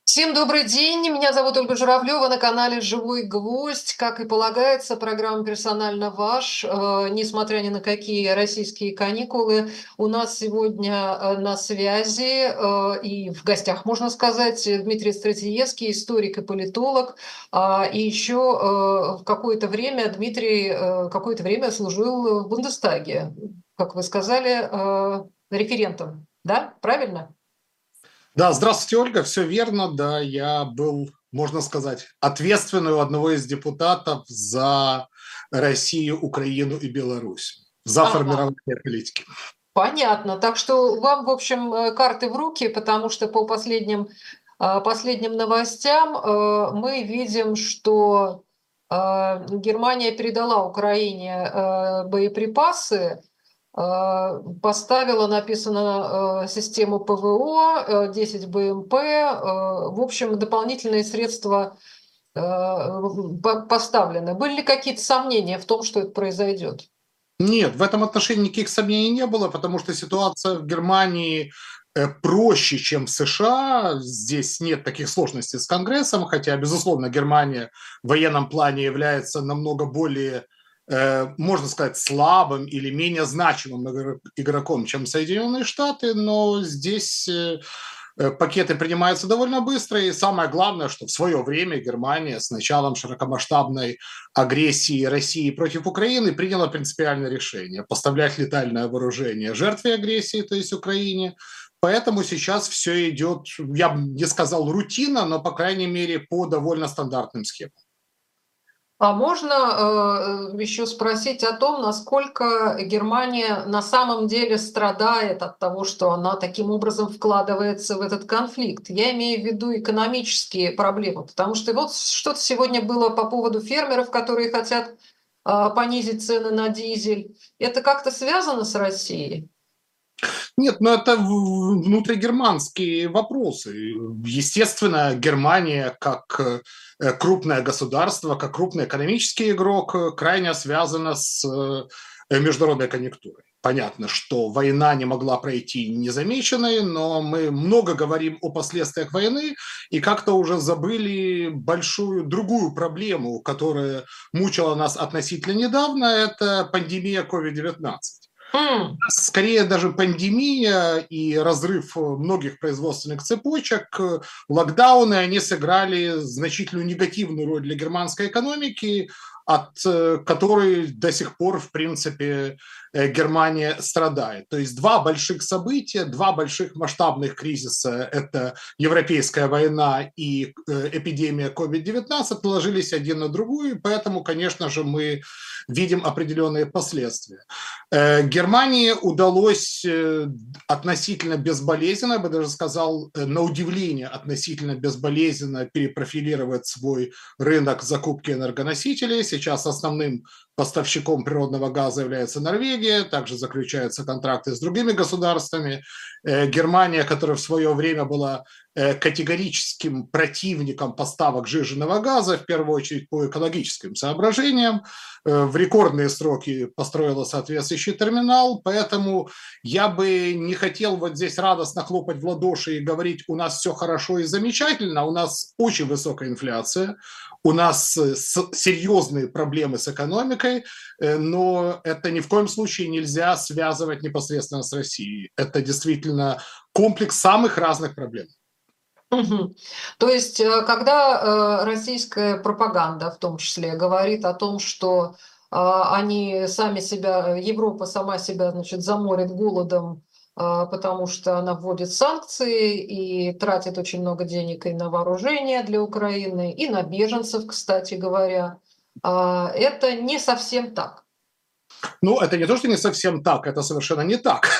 Всем добрый день. Меня зовут Ольга Журавлева на канале «Живой гвоздь». Как и полагается, программа «Персонально ваш». Несмотря ни на какие российские каникулы, у нас сегодня на связи и в гостях, можно сказать, Дмитрий Стратиевский, историк и политолог. И еще какое-то время Дмитрий какое-то время служил в Бундестаге, как вы сказали, референтом. Да, правильно? Да, здравствуйте, Ольга. Все верно, да, я был, можно сказать, ответственный у одного из депутатов за Россию, Украину и Беларусь, за Ага. формирование политики. Понятно. Так что вам, в общем, карты в руки, потому что по последним новостям мы видим, что Германия передала Украине боеприпасы, поставила, написано, систему ПВО, 10 БМП, в общем, дополнительные средства поставлены. Были ли какие-то сомнения в том, что это произойдет? Нет, в этом отношении никаких сомнений не было, потому что ситуация в Германии проще, чем в США. Здесь нет таких сложностей с Конгрессом, хотя, безусловно, Германия в военном плане является намного более, можно сказать, слабым или менее значимым игроком, чем Соединенные Штаты, но здесь пакеты принимаются довольно быстро, и самое главное, что в свое время Германия с началом широкомасштабной агрессии России против Украины приняла принципиальное решение поставлять летальное вооружение жертве агрессии, то есть Украине. Поэтому сейчас все идет, я бы не сказал рутина, но, по крайней мере, по довольно стандартным схемам. А можно еще спросить о том, насколько Германия на самом деле страдает от того, что она таким образом вкладывается в этот конфликт? Я имею в виду экономические проблемы, потому что вот что-то сегодня было по поводу фермеров, которые хотят понизить цены на дизель. Это как-то связано с Россией? Нет, но это внутригерманские вопросы. Естественно, Германия как крупное государство, как крупный экономический игрок крайне связана с международной конъюнктурой. Понятно, что война не могла пройти незамеченной, но мы много говорим о последствиях войны и как-то уже забыли большую другую проблему, которая мучила нас относительно недавно, это пандемия COVID-19. М. Скорее даже пандемия и разрыв многих производственных цепочек, локдауны, они сыграли значительную негативную роль для германской экономики, от которой до сих пор, в принципе, Германия страдает. То есть два больших события, два больших масштабных кризиса – это Европейская война и эпидемия COVID-19 наложились один на другую, и поэтому, конечно же, мы видим определенные последствия. Германии удалось относительно безболезненно, я бы даже сказал, на удивление относительно безболезненно перепрофилировать свой рынок закупки энергоносителей. Сейчас основным поставщиком природного газа является Норвегия, также заключаются контракты с другими государствами. Германия, которая в свое время была категорическим противником поставок сжиженного газа, в первую очередь по экологическим соображениям, в рекордные сроки построила соответствующий терминал, поэтому я бы не хотел вот здесь радостно хлопать в ладоши и говорить, у нас все хорошо и замечательно, у нас очень высокая инфляция, у нас серьезные проблемы с экономикой, но это ни в коем случае нельзя связывать непосредственно с Россией. Это действительно комплекс самых разных проблем. Мгм. То есть, когда российская пропаганда, в том числе, говорит о том, что они сами себя, Европа сама себя, значит, заморит голодом, потому что она вводит санкции и тратит очень много денег и на вооружение для Украины, и на беженцев, кстати говоря, это не совсем так. Ну, это не то, что не совсем так, это совершенно не так.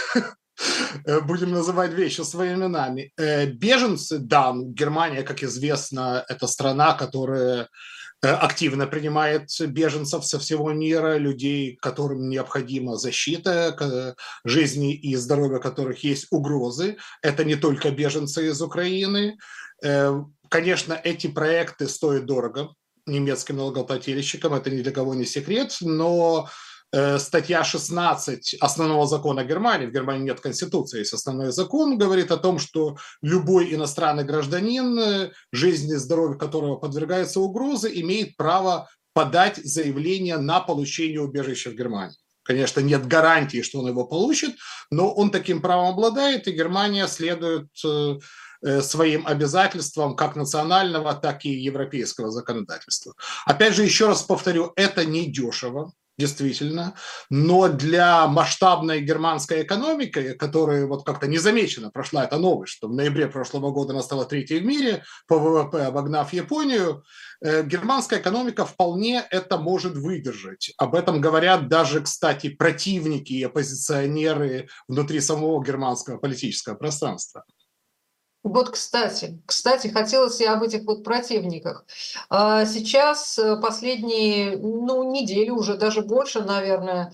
Будем называть вещи своими именами. Беженцы, да, Германия, как известно, это страна, которая активно принимает беженцев со всего мира, людей, которым необходима защита, жизни и здоровья которых есть угрозы. Это не только беженцы из Украины. Конечно, эти проекты стоят дорого немецким налогоплательщикам, это ни для кого не секрет, но статья 16 основного закона Германии, в Германии нет конституции, есть основной закон, говорит о том, что любой иностранный гражданин, жизнь и здоровье которого подвергается угрозе, имеет право подать заявление на получение убежища в Германии. Конечно, нет гарантии, что он его получит, но он таким правом обладает, и Германия следует своим обязательствам как национального, так и европейского законодательства. Опять же, еще раз повторю, это не дешево, действительно, но для масштабной германской экономики, которая вот как-то незамеченно прошла эта новость, что в ноябре прошлого года она стала третьей в мире по ВВП, обогнав Японию, германская экономика вполне это может выдержать. Об этом говорят даже, кстати, противники и оппозиционеры внутри самого германского политического пространства. Вот, кстати, хотелось и об этих вот противниках. Сейчас последние, недели, уже даже больше, наверное,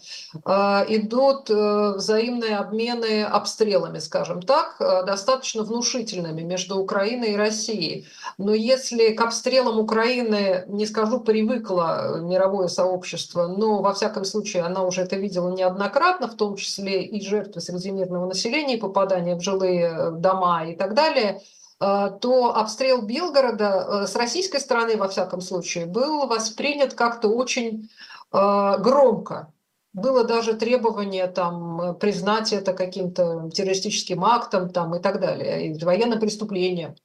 идут взаимные обмены обстрелами, скажем так, достаточно внушительными между Украиной и Россией. Но если к обстрелам Украины, не скажу, привыкло мировое сообщество, но, во всяком случае, она уже это видела неоднократно, в том числе и жертвы среди мирного населения, и попадания в жилые дома и так далее, то обстрел Белгорода с российской стороны, во всяком случае, был воспринят как-то очень громко. Было даже требование там, признать это каким-то террористическим актом там, и так далее, и военным преступлением.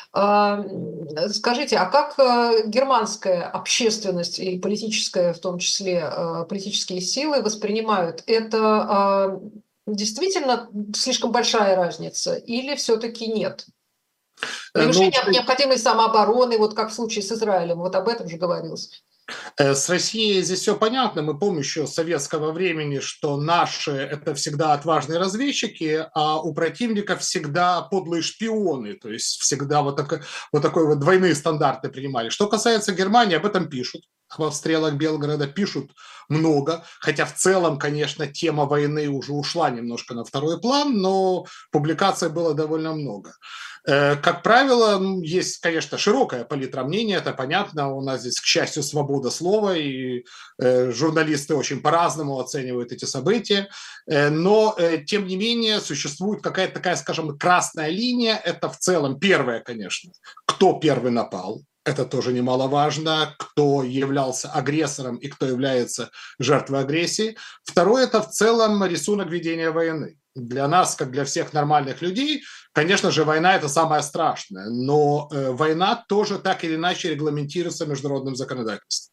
Скажите, а как германская общественность и политическая, в том числе политические силы, воспринимают это? Действительно слишком большая разница или все-таки нет? Превышение необходимой самообороны, вот как в случае с Израилем, вот об этом же говорилось. С Россией здесь все понятно. Мы помним еще с советского времени, что наши – это всегда отважные разведчики, а у противника всегда подлые шпионы. То есть всегда вот такой вот двойные стандарты принимали. Что касается Германии, об этом пишут. Об обстрелах Белгорода пишут много. Хотя в целом, конечно, тема войны уже ушла немножко на второй план, но публикаций было довольно много. Как правило, есть, конечно, широкая палитра мнений, это понятно. У нас здесь, к счастью, свобода слова, и журналисты очень по-разному оценивают эти события. Но, тем не менее, существует какая-то такая, скажем, красная линия. Это в целом первое, конечно, кто первый напал. Это тоже немаловажно, кто являлся агрессором и кто является жертвой агрессии. Второе – это в целом рисунок ведения войны. Для нас, как для всех нормальных людей, конечно же, война – это самое страшное, но война тоже так или иначе регламентируется международным законодательством.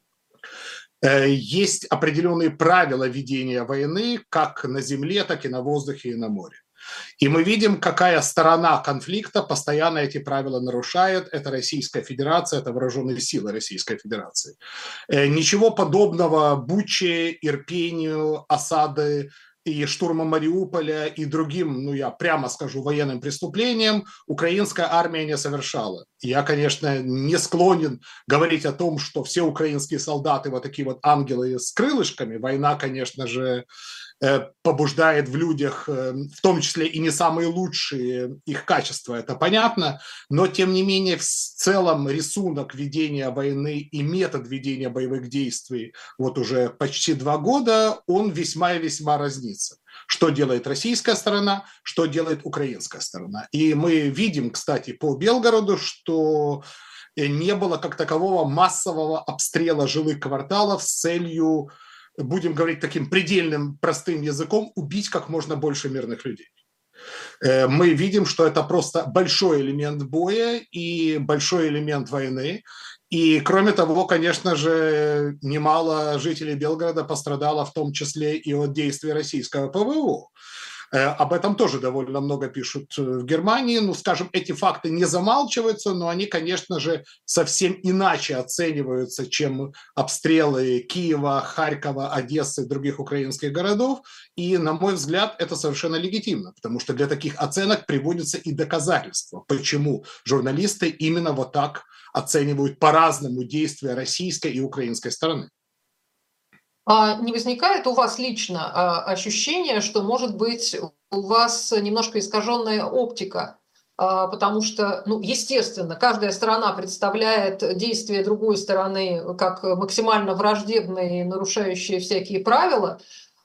Есть определенные правила ведения войны как на земле, так и на воздухе и на море. И мы видим, какая сторона конфликта постоянно эти правила нарушает. Это Российская Федерация, это вооруженные силы Российской Федерации. Ничего подобного Буче, Ирпению, осады и штурма Мариуполя и другим, я прямо скажу, военным преступлениям украинская армия не совершала. Я, конечно, не склонен говорить о том, что все украинские солдаты вот такие вот ангелы с крылышками. Война, конечно же, побуждает в людях, в том числе и не самые лучшие их качества, это понятно, но тем не менее в целом рисунок ведения войны и метод ведения боевых действий вот уже почти 2 года, он весьма и весьма разнится. Что делает российская сторона, что делает украинская сторона. И мы видим, кстати, по Белгороду, что не было как такового массового обстрела жилых кварталов с целью, будем говорить таким предельным простым языком, убить как можно больше мирных людей. Мы видим, что это просто большой элемент боя и большой элемент войны. И, кроме того, конечно же, немало жителей Белгорода пострадало в том числе и от действий российского ПВО. Об этом тоже довольно много пишут в Германии. Скажем, эти факты не замалчиваются, но они, конечно же, совсем иначе оцениваются, чем обстрелы Киева, Харькова, Одессы и других украинских городов. И, на мой взгляд, это совершенно легитимно, потому что для таких оценок приводятся и доказательства, почему журналисты именно вот так оценивают по-разному действия российской и украинской стороны. А не возникает у вас лично ощущение, что, может быть, у вас немножко искаженная оптика потому что, ну, естественно, каждая сторона представляет действия другой стороны как максимально враждебные и нарушающие всякие правила.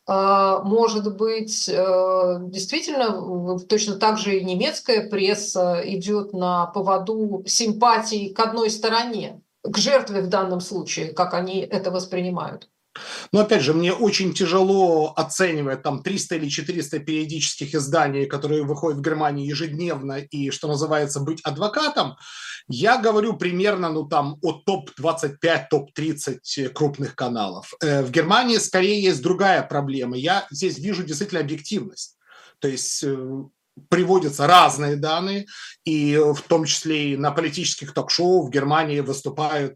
Может быть, действительно, точно так же и немецкая пресса идет на поводу симпатий к одной стороне, к жертве в данном случае, как они это воспринимают. Но опять же, мне очень тяжело оценивать там 300 или 400 периодических изданий, которые выходят в Германии ежедневно, и, что называется, быть адвокатом. Я говорю примерно, ну там, от топ-25, топ-30 крупных каналов. В Германии скорее есть другая проблема. Я здесь вижу действительно объективность. То есть приводятся разные данные, и в том числе и на политических ток-шоу в Германии выступают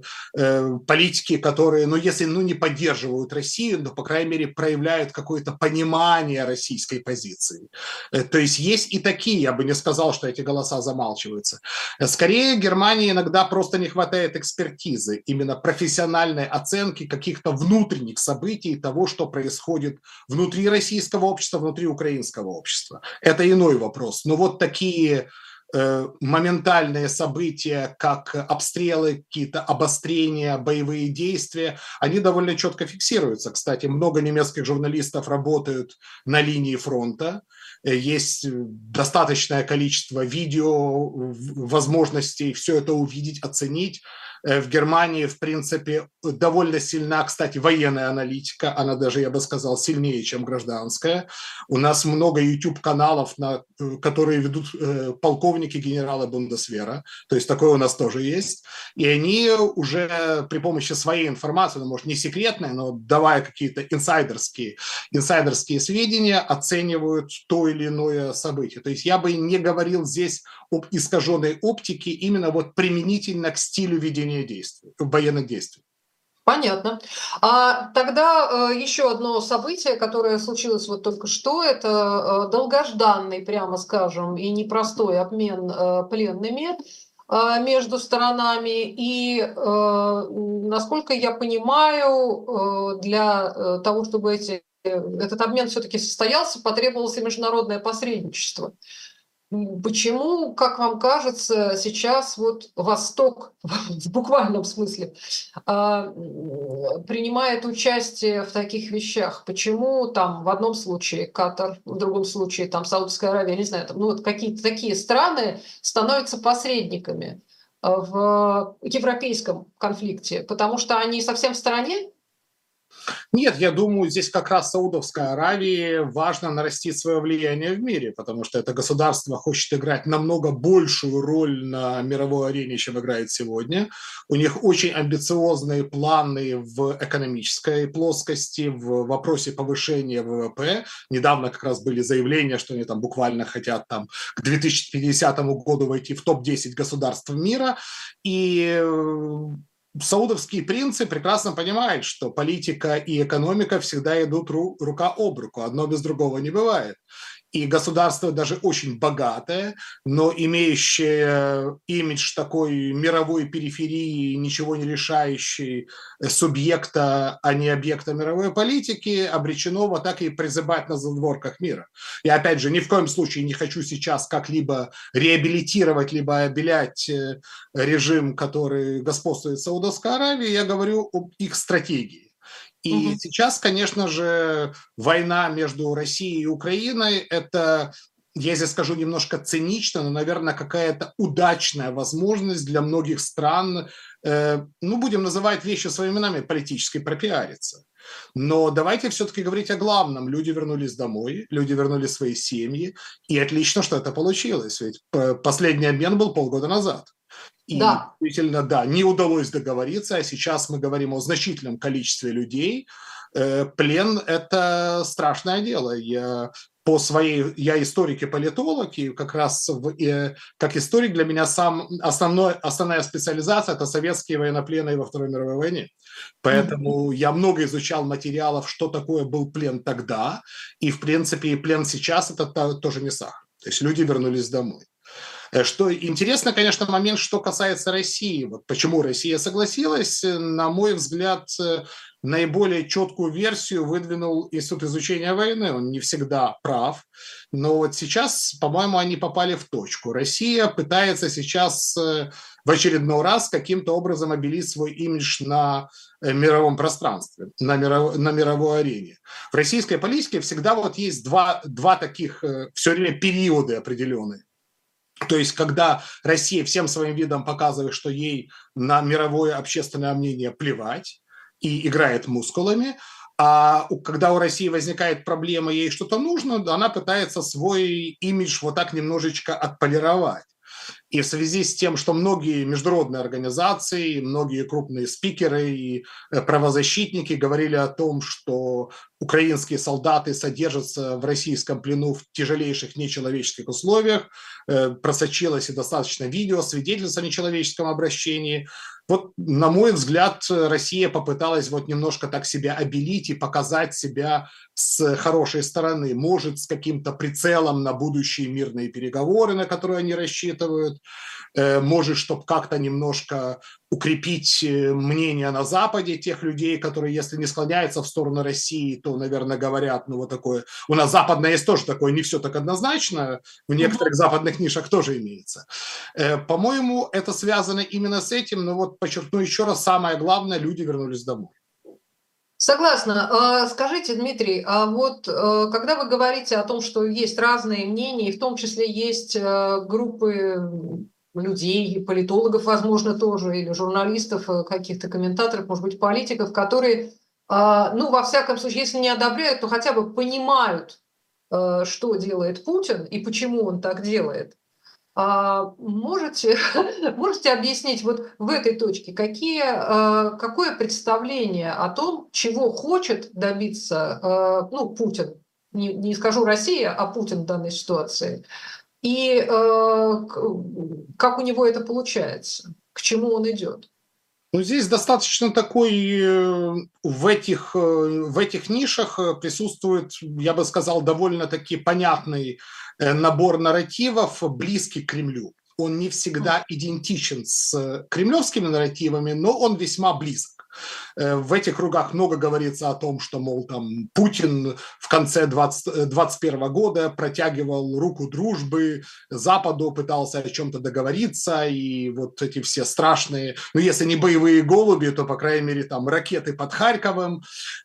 политики, которые, ну, если не поддерживают Россию, то, по крайней мере, проявляют какое-то понимание российской позиции. То есть и такие, я бы не сказал, что эти голоса замалчиваются. Скорее, Германии иногда просто не хватает экспертизы, именно профессиональной оценки каких-то внутренних событий, того, что происходит внутри российского общества, внутри украинского общества. Это иной вопрос. Но вот такие моментальные события, как обстрелы, какие-то обострения, боевые действия, они довольно четко фиксируются. Кстати, много немецких журналистов работают на линии фронта. Есть достаточное количество видео, возможностей все это увидеть, оценить. В Германии, в принципе, довольно сильна, кстати, военная аналитика. Она даже, я бы сказал, сильнее, чем гражданская. У нас много YouTube-каналов, которые ведут полковники, генералы Бундесвера. То есть такое у нас тоже есть. И они уже при помощи своей информации, ну, может, не секретной, но давая какие-то инсайдерские сведения, оценивают то или иное событие. То есть я бы не говорил здесь об искаженной оптике именно вот применительно к стилю ведения действий, военных действий. Понятно. Тогда еще одно событие, которое случилось вот только что, это долгожданный, прямо скажем, и непростой обмен пленными между сторонами. И, насколько я понимаю, для того, чтобы этот обмен все-таки состоялся, потребовалось и международное посредничество. Почему, как вам кажется, сейчас вот Восток в буквальном смысле принимает участие в таких вещах? Почему там в одном случае Катар, в другом случае там Саудовская Аравия, не знаю, там, ну вот какие-то такие страны становятся посредниками в европейском конфликте, потому что они совсем в стороне? Нет, я думаю, здесь как раз Саудовской Аравии важно нарастить свое влияние в мире, потому что это государство хочет играть намного большую роль на мировой арене, чем играет сегодня. У них очень амбициозные планы в экономической плоскости, в вопросе повышения ВВП. Недавно как раз были заявления, что они там буквально хотят там к 2050 году войти в топ-10 государств мира. И саудовские принцы прекрасно понимают, что политика и экономика всегда идут рука об руку, одно без другого не бывает. И государство даже очень богатое, но имеющее имидж такой мировой периферии, ничего не решающей субъекта, а не объекта мировой политики, обречено вот так и прозябать на задворках мира. Я, опять же, ни в коем случае не хочу сейчас как-либо реабилитировать, либо обелять режим, который господствует в Саудовской Аравии. Я говорю об их стратегии. И сейчас, конечно же, война между Россией и Украиной – это, я здесь скажу немножко цинично, но, наверное, какая-то удачная возможность для многих стран, ну, будем называть вещи своими именами, политически пропиариться. Но давайте все-таки говорить о главном. Люди вернулись домой, люди вернули свои семьи, и отлично, что это получилось. Ведь последний обмен был полгода назад. И Да. действительно, да, не удалось договориться, а сейчас мы говорим о значительном количестве людей. Плен – это страшное дело. Я историк и политолог, и как раз как историк для меня основная специализация – это советские военнопленные во Второй мировой войне. Поэтому я много изучал материалов, что такое был плен тогда, и, в принципе, плен сейчас – это тоже не сахар. То есть люди вернулись домой. Что интересно, конечно, момент, что касается России. Вот почему Россия согласилась, на мой взгляд, наиболее четкую версию выдвинул Институт изучения войны. Он не всегда прав, но вот сейчас, по-моему, они попали в точку. Россия пытается сейчас в очередной раз каким-то образом обелить свой имидж на мировом пространстве, на мировой арене. В российской политике всегда вот есть два таких все время периода определенные. То есть, когда Россия всем своим видом показывает, что ей на мировое общественное мнение плевать и играет мускулами, а когда у России возникает проблема, ей что-то нужно, она пытается свой имидж вот так немножечко отполировать. И в связи с тем, что многие международные организации, многие крупные спикеры и правозащитники говорили о том, что украинские солдаты содержатся в российском плену в тяжелейших нечеловеческих условиях, просочилось и достаточно видео, свидетельств о нечеловеческом обращении. Вот, на мой взгляд, Россия попыталась вот немножко так себя обелить и показать себя с хорошей стороны. Может, с каким-то прицелом на будущие мирные переговоры, на которые они рассчитывают. Может, чтобы как-то немножко укрепить мнение на Западе тех людей, которые, если не склоняются в сторону России, то, наверное, говорят, ну вот такое, у нас западное есть тоже такое, не все так однозначно, в некоторых западных нишах тоже имеется. По-моему, это связано именно с этим, но вот подчеркну еще раз, самое главное, люди вернулись домой. Согласна. Скажите, Дмитрий, а вот когда вы говорите о том, что есть разные мнения, и в том числе есть группы людей, политологов, возможно, тоже, или журналистов, каких-то комментаторов, может быть, политиков, которые, ну, во всяком случае, если не одобряют, то хотя бы понимают, что делает Путин и почему он так делает. Можете объяснить вот в этой точке, какое представление о том, чего хочет добиться ну, Путин, не скажу Россия, а Путин в данной ситуации, и как у него это получается, к чему он идет? Ну, здесь достаточно такой, в этих нишах присутствует, я бы сказал, довольно-таки понятный набор нарративов, близкий к Кремлю. Он не всегда идентичен с кремлевскими нарративами, но он весьма близок. В этих кругах много говорится о том, что, мол, там Путин в конце 2021 года протягивал руку дружбы Западу, пытался о чем-то договориться, и вот эти все страшные, ну, если не боевые голуби, то, по крайней мере, там ракеты под Харьковом,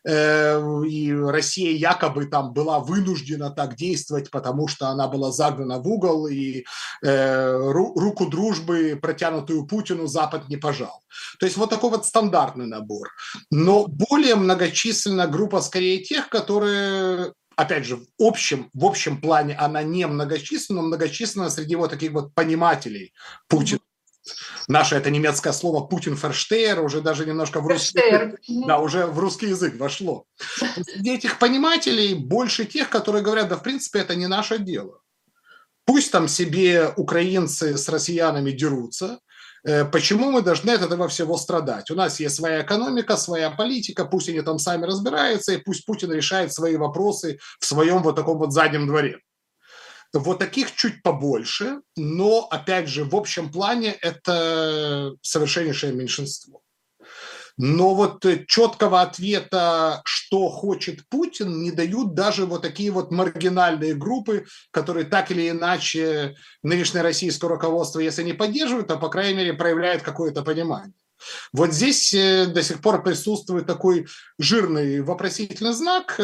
и Россия якобы там была вынуждена так действовать, потому что она была загнана в угол, и руку дружбы, протянутую Путину, Запад не пожал. То есть вот такой вот стандартный набор. Но более многочисленная группа скорее тех, которые, опять же, в общем плане она не многочисленна, но многочисленна среди вот таких вот понимателей Путина. Наше это немецкое слово Путин-ферштейер уже даже немножко в русский язык, да, уже в русский язык вошло. Среди этих понимателей больше тех, которые говорят, да, в принципе, это не наше дело. Пусть там себе украинцы с россиянами дерутся. Почему мы должны от этого всего страдать? У нас есть своя экономика, своя политика, пусть они там сами разбираются, и пусть Путин решает свои вопросы в своем вот таком вот заднем дворе. Вот таких чуть побольше, но, опять же, в общем плане это совершеннейшее меньшинство. Но вот четкого ответа, что хочет Путин, не дают даже вот такие вот маргинальные группы, которые так или иначе нынешнее российское руководство, если не поддерживают, то, по крайней мере, проявляют какое-то понимание. Вот здесь до сих пор присутствует такой жирный вопросительный знак.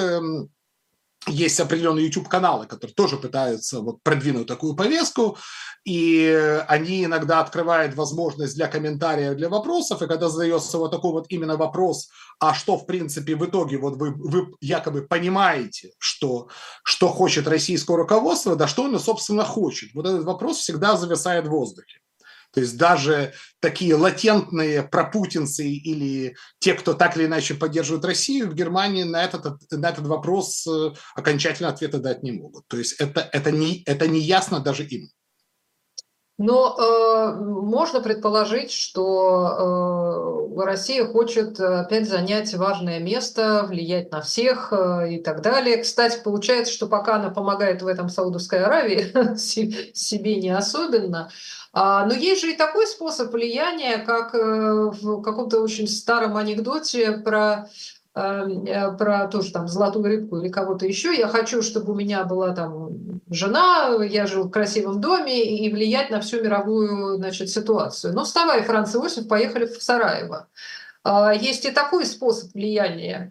Есть определенные YouTube-каналы, которые тоже пытаются вот продвинуть такую повестку, и они иногда открывают возможность для комментариев, для вопросов, и когда задается вот такой вот именно вопрос, а что в принципе в итоге вот вы якобы понимаете, что хочет российское руководство, да что оно собственно хочет, вот этот вопрос всегда зависает в воздухе. То есть даже такие латентные пропутинцы или те, кто так или иначе поддерживает Россию, в Германии на этот вопрос окончательно ответа дать не могут. То есть это не ясно даже им. Но можно предположить, что Россия хочет опять занять важное место, влиять на всех и так далее. Кстати, получается, что пока она помогает в этом Саудовской Аравии, себе не особенно. Но есть же и такой способ влияния, как в каком-то очень старом анекдоте про тоже там золотую рыбку или кого-то еще. Я хочу, чтобы у меня была там жена, я жил в красивом доме и влиять на всю мировую, значит, ситуацию. Ну, вставай, Франц Иосиф, поехали в Сараево. Есть и такой способ влияния.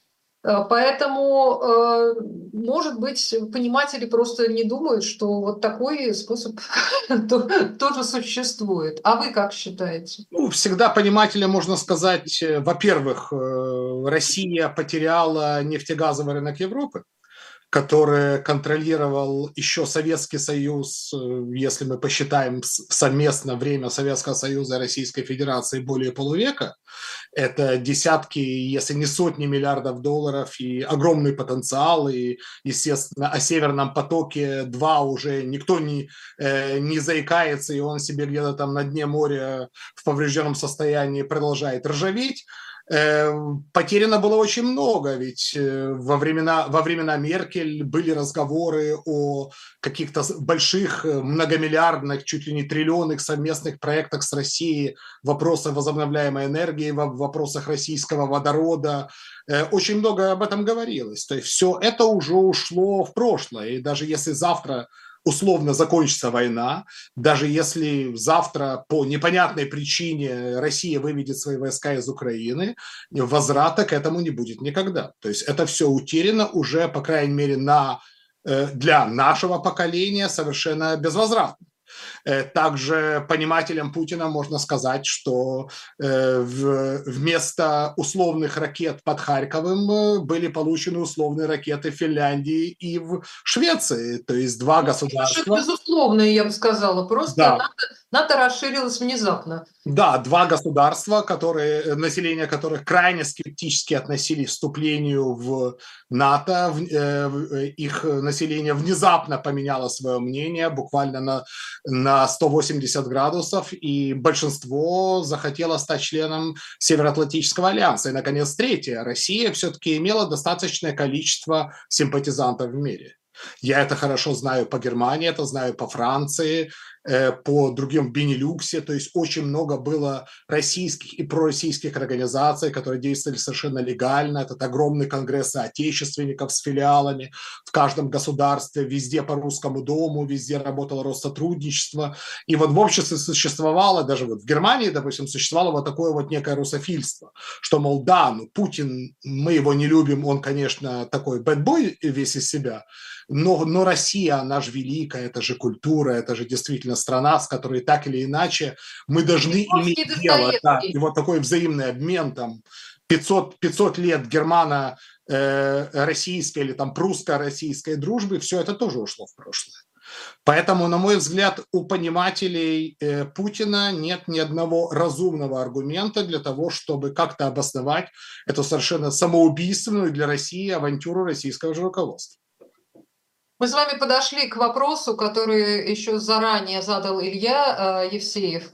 Поэтому, может быть, пониматели просто не думают, что вот такой способ тоже существует. А вы как считаете? Ну, всегда понимателя можно сказать, во-первых, Россия потеряла нефтегазовый рынок Европы, который контролировал еще Советский Союз, если мы посчитаем совместно время Советского Союза и Российской Федерации, более полувека. Это десятки, если не сотни миллиардов долларов и огромный потенциал. И, естественно, о Северном потоке-2 уже никто не заикается, и он себе где-то там на дне моря в поврежденном состоянии продолжает ржаветь. Потеряно было очень много, ведь во времена Меркель были разговоры о каких-то больших многомиллиардных, чуть ли не триллионных совместных проектах с Россией в вопросах возобновляемой энергии, в вопросах российского водорода. Очень много об этом говорилось. То есть все это уже ушло в прошлое. И даже если завтра условно закончится война, даже если завтра по непонятной причине Россия выведет свои войска из Украины, возврата к этому не будет никогда. То есть это все утеряно уже, по крайней мере, для нашего поколения совершенно безвозвратно. Также понимателям Путина можно сказать, что вместо условных ракет под Харьковом были получены условные ракеты в Финляндии и в Швеции. То есть два государства. Безусловно, я бы сказала. Просто Да, НАТО расширилось внезапно. Да, два государства, население которых крайне скептически относились к вступлению в НАТО, их население внезапно поменяло свое мнение буквально на 180 градусов, и большинство захотело стать членом Североатлантического альянса. И, наконец, третье. Россия все-таки имела достаточное количество симпатизантов в мире. Я это хорошо знаю по Германии, это знаю по Франции, по другим в Бенилюксе. То есть очень много было российских и пророссийских организаций, которые действовали совершенно легально. Этот огромный конгресс соотечественников с филиалами в каждом государстве, везде по русскому дому, везде работало Россотрудничество. И вот в обществе существовало, даже вот в Германии, допустим, существовало вот такое вот некое русофильство, что, мол, да, ну Путин, мы его не любим, он, конечно, такой бэтбой весь из себя, но Россия, она же великая, это же культура, это же действительно страна, с которой так или иначе мы должны иметь Московский дело. Да. И Достоевский. вот такой взаимный обмен, там, 500 лет германо-российской или там прусско-российской дружбы, все это тоже ушло в прошлое. Поэтому, на мой взгляд, у понимателей Путина нет ни одного разумного аргумента для того, чтобы как-то обосновать эту совершенно самоубийственную для России авантюру российского же руководства. Мы с вами подошли к вопросу, который еще заранее задал Илья Евсеев.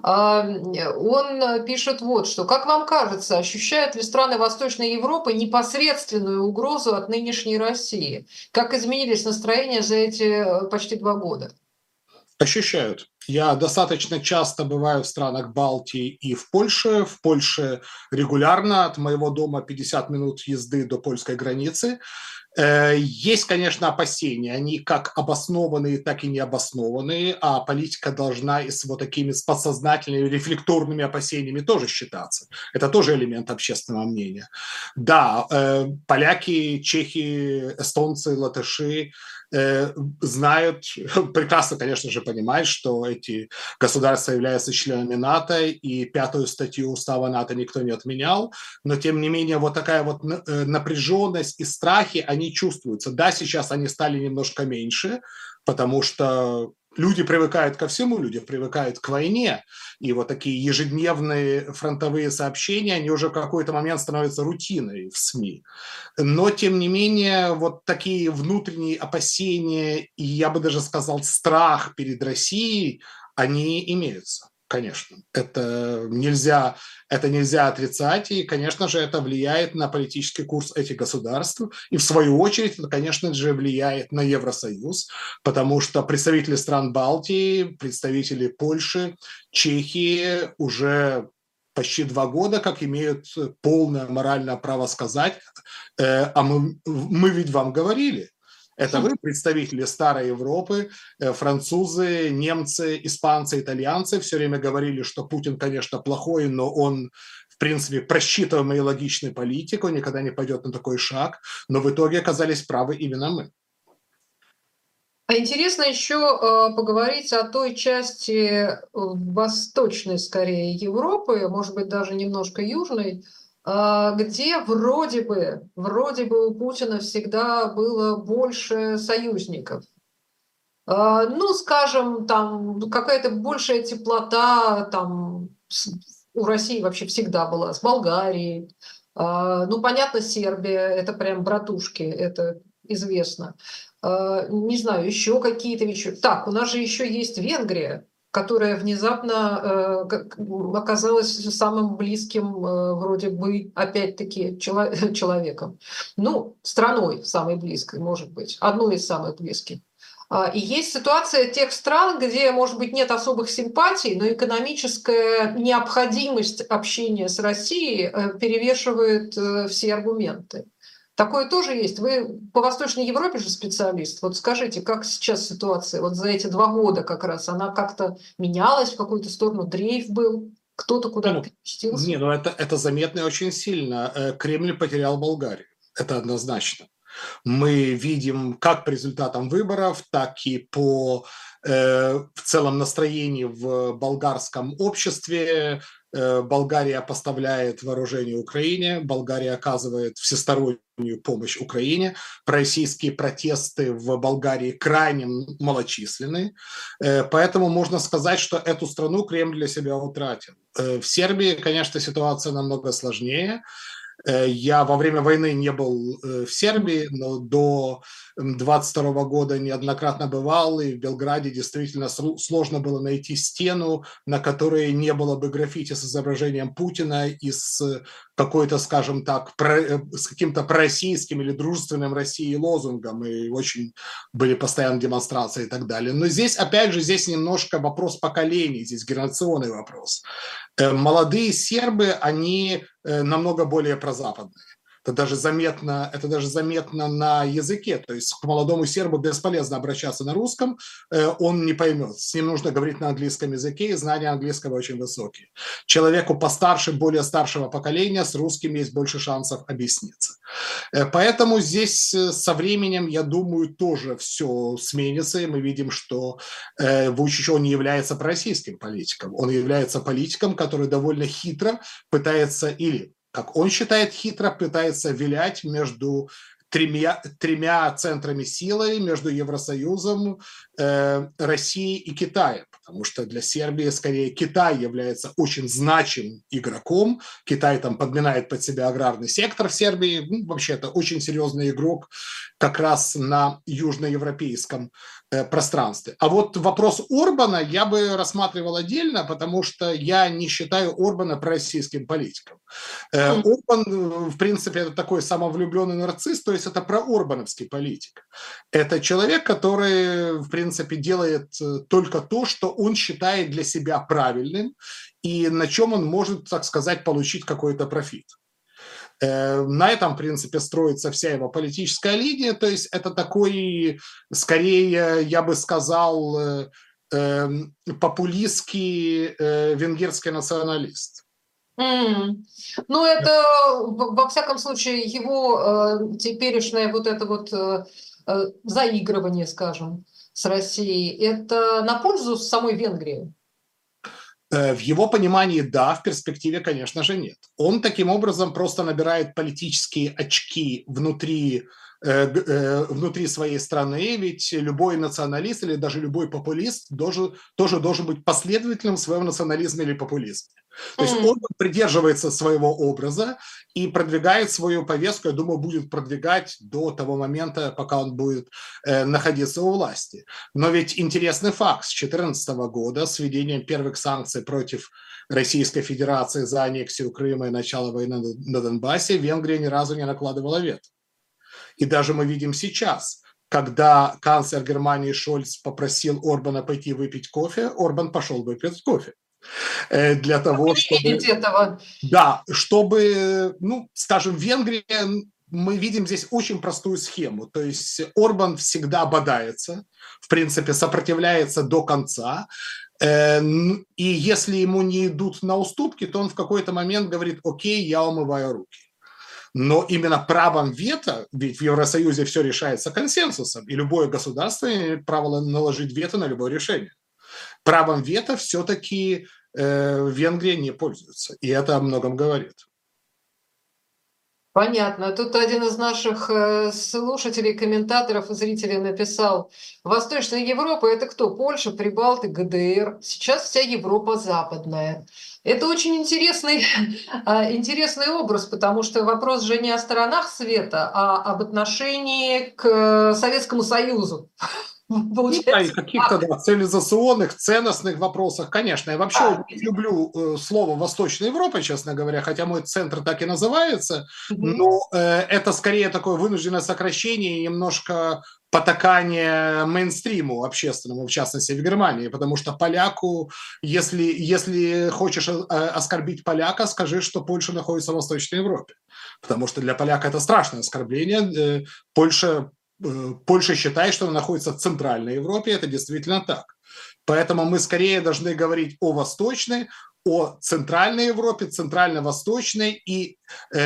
Он пишет вот что. Как вам кажется, ощущают ли страны Восточной Европы непосредственную угрозу от нынешней России? Как изменились настроения за эти почти 2 года? Ощущают. Я достаточно часто бываю в странах Балтии и в Польше. В Польше регулярно, от моего дома 50 минут езды до польской границы. Есть, конечно, опасения, они как обоснованные, так и необоснованные, а политика должна и с вот такими с подсознательными рефлекторными опасениями тоже считаться. Это тоже элемент общественного мнения. Да, поляки, чехи, эстонцы, латыши знают, прекрасно, конечно же, понимают, что эти государства являются членами НАТО, и 5-ю статью устава НАТО никто не отменял, но, тем не менее, вот такая вот напряженность и страхи, они чувствуются. Да, сейчас они стали немножко меньше, потому что люди привыкают ко всему, люди привыкают к войне, и вот такие ежедневные фронтовые сообщения, они уже в какой-то момент становятся рутиной в СМИ. Но, тем не менее, вот такие внутренние опасения, и я бы даже сказал, страх перед Россией, они имеются. Конечно, это нельзя отрицать, и, конечно же, это влияет на политический курс этих государств, и, в свою очередь, это, конечно же, влияет на Евросоюз, потому что представители стран Балтии, представители Польши, Чехии уже почти 2 года как имеют полное моральное право сказать, а мы ведь вам говорили. Это вы, представители старой Европы, французы, немцы, испанцы, итальянцы, все время говорили, что Путин, конечно, плохой, но он, в принципе, просчитываемый и логичный политик, он никогда не пойдет на такой шаг, но в итоге оказались правы именно мы. А интересно еще поговорить о той части восточной, скорее, Европы, может быть, даже немножко южной, где вроде бы у Путина всегда было больше союзников. Ну, скажем, там какая-то большая теплота там у России вообще всегда была, с Болгарией. Ну, понятно, Сербия, это прям братушки, это известно. Не знаю, еще какие-то вещи. Так, у нас же еще есть Венгрия, которая внезапно оказалась самым близким, вроде бы, опять-таки, человеком. Ну, страной самой близкой, может быть, одной из самых близких. И есть ситуация тех стран, где, может быть, нет особых симпатий, но экономическая необходимость общения с Россией перевешивает все аргументы. Такое тоже есть. Вы по Восточной Европе же специалист. Вот скажите, как сейчас ситуация? Вот за эти 2 года как раз она как-то менялась в какую-то сторону, дрейф был, кто-то куда-то переместился? Это заметно и очень сильно. Кремль потерял Болгарию. Это однозначно. Мы видим как по результатам выборов, так и по в целом настроению в болгарском обществе. Болгария поставляет вооружение Украине, Болгария оказывает всестороннюю помощь Украине. Пророссийские протесты в Болгарии крайне малочисленны, поэтому можно сказать, что эту страну Кремль для себя утратил. В Сербии, конечно, ситуация намного сложнее. Я во время войны не был в Сербии, но до 22 года неоднократно бывал, и в Белграде действительно сложно было найти стену, на которой не было бы граффити с изображением Путина и с какой-то, скажем так, с каким-то пророссийским или дружественным России лозунгом, и очень были постоянно демонстрации и так далее. Но здесь, опять же, здесь немножко вопрос поколений, здесь генерационный вопрос. Молодые сербы, они намного более прозападные. Это даже заметно на языке. То есть к молодому сербу бесполезно обращаться на русском, он не поймет. С ним нужно говорить на английском языке, и знания английского очень высокие. Человеку постарше, более старшего поколения, с русским есть больше шансов объясниться. Поэтому здесь со временем, я думаю, тоже все сменится, и мы видим, что Вучич, он не является пророссийским политиком. Он является политиком, который довольно хитро пытается, или как он считает, хитро пытается вилять между тремя центрами силы, между Евросоюзом, Россией и Китаем. Потому что для Сербии скорее Китай является очень значимым игроком. Китай там подминает под себя аграрный сектор в Сербии. Ну, вообще это очень серьезный игрок как раз на южноевропейском пространстве. А вот вопрос Орбана я бы рассматривал отдельно, потому что я не считаю Орбана пророссийским политиком. Орбан, в принципе, это такой самовлюбленный нарцисс, то есть это проорбановский политик. Это человек, который, в принципе, делает только то, что он считает для себя правильным и на чем он может, так сказать, получить какой-то профит. На этом, в принципе, строится вся его политическая линия, то есть это такой, скорее, я бы сказал, популистский венгерский националист. Ну, это, во всяком случае, его теперешнее вот это вот заигрывание, скажем, с Россией, это на пользу самой Венгрии? В его понимании, да, в перспективе, конечно же, нет. Он таким образом просто набирает политические очки внутри внутри своей страны, ведь любой националист или даже любой популист тоже должен быть последовательным в своем национализме или популизме. То есть он придерживается своего образа и продвигает свою повестку, я думаю, будет продвигать до того момента, пока он будет находиться у власти. Но ведь интересный факт: с 2014 года, с введением первых санкций против Российской Федерации за аннексию Крыма и начало войны на Донбассе, Венгрия ни разу не накладывала вето. И даже мы видим сейчас, когда канцлер Германии Шольц попросил Орбана пойти выпить кофе, Орбан пошел выпить кофе. Для того, чтобы... этого. Да, чтобы, скажем, Венгрия, мы видим здесь очень простую схему. То есть Орбан всегда бодается, в принципе, сопротивляется до конца. И если ему не идут на уступки, то он в какой-то момент говорит: окей, я умываю руки. Но именно правом вето, ведь в Евросоюзе все решается консенсусом, и любое государство имеет право наложить вето на любое решение. Правом вето все-таки Венгрия не пользуется, и это о многом говорит. Понятно. Тут один из наших слушателей, комментаторов и зрителей написал: Восточная Европа – это кто? Польша, Прибалты, ГДР. Сейчас вся Европа западная. Это очень интересный, интересный образ, потому что вопрос же не о сторонах света, а об отношении к Советскому Союзу. И каких-то цивилизационных, ценностных вопросах, конечно. Я вообще очень люблю слово «Восточная Европа», честно говоря, хотя мой центр так и называется, но это скорее такое вынужденное сокращение и немножко потакание мейнстриму общественному, в частности, в Германии, потому что поляку, если хочешь оскорбить поляка, скажи, что Польша находится в Восточной Европе, потому что для поляка это страшное оскорбление. Польша считает, что она находится в Центральной Европе, это действительно так. Поэтому мы скорее должны говорить о Восточной, о Центральной Европе, Центрально-Восточной и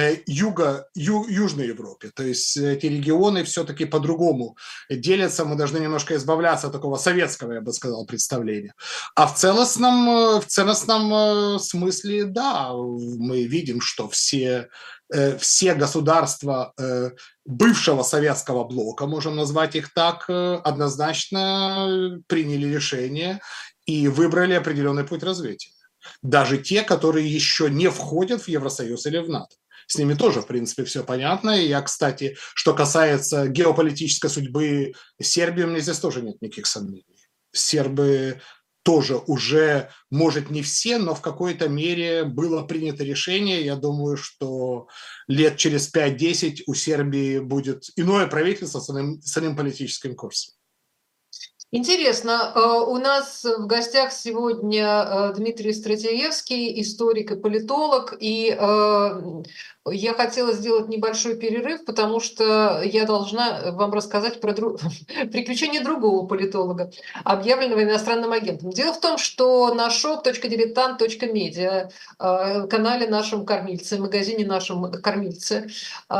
Южной Европе. То есть эти регионы все-таки по-другому делятся, мы должны немножко избавляться от такого советского, я бы сказал, представления. А в целостном смысле, да, мы видим, что все государства бывшего советского блока, можем назвать их так, однозначно приняли решение и выбрали определенный путь развития. Даже те, которые еще не входят в Евросоюз или в НАТО. С ними тоже, в принципе, все понятно. И я, кстати, что касается геополитической судьбы Сербии, у меня здесь тоже нет никаких сомнений. Сербы тоже уже, может, не все, но в какой-то мере было принято решение. Я думаю, что лет через 5-10 у Сербии будет иное правительство с иным политическим курсом. Интересно, у нас в гостях сегодня Дмитрий Стратеевский, историк и политолог, и я хотела сделать небольшой перерыв, потому что я должна вам рассказать про приключения другого политолога, объявленного иностранным агентом. Дело в том, что на shop.diletant.media, канале нашем «Кормильце», магазине нашем «Кормильце»,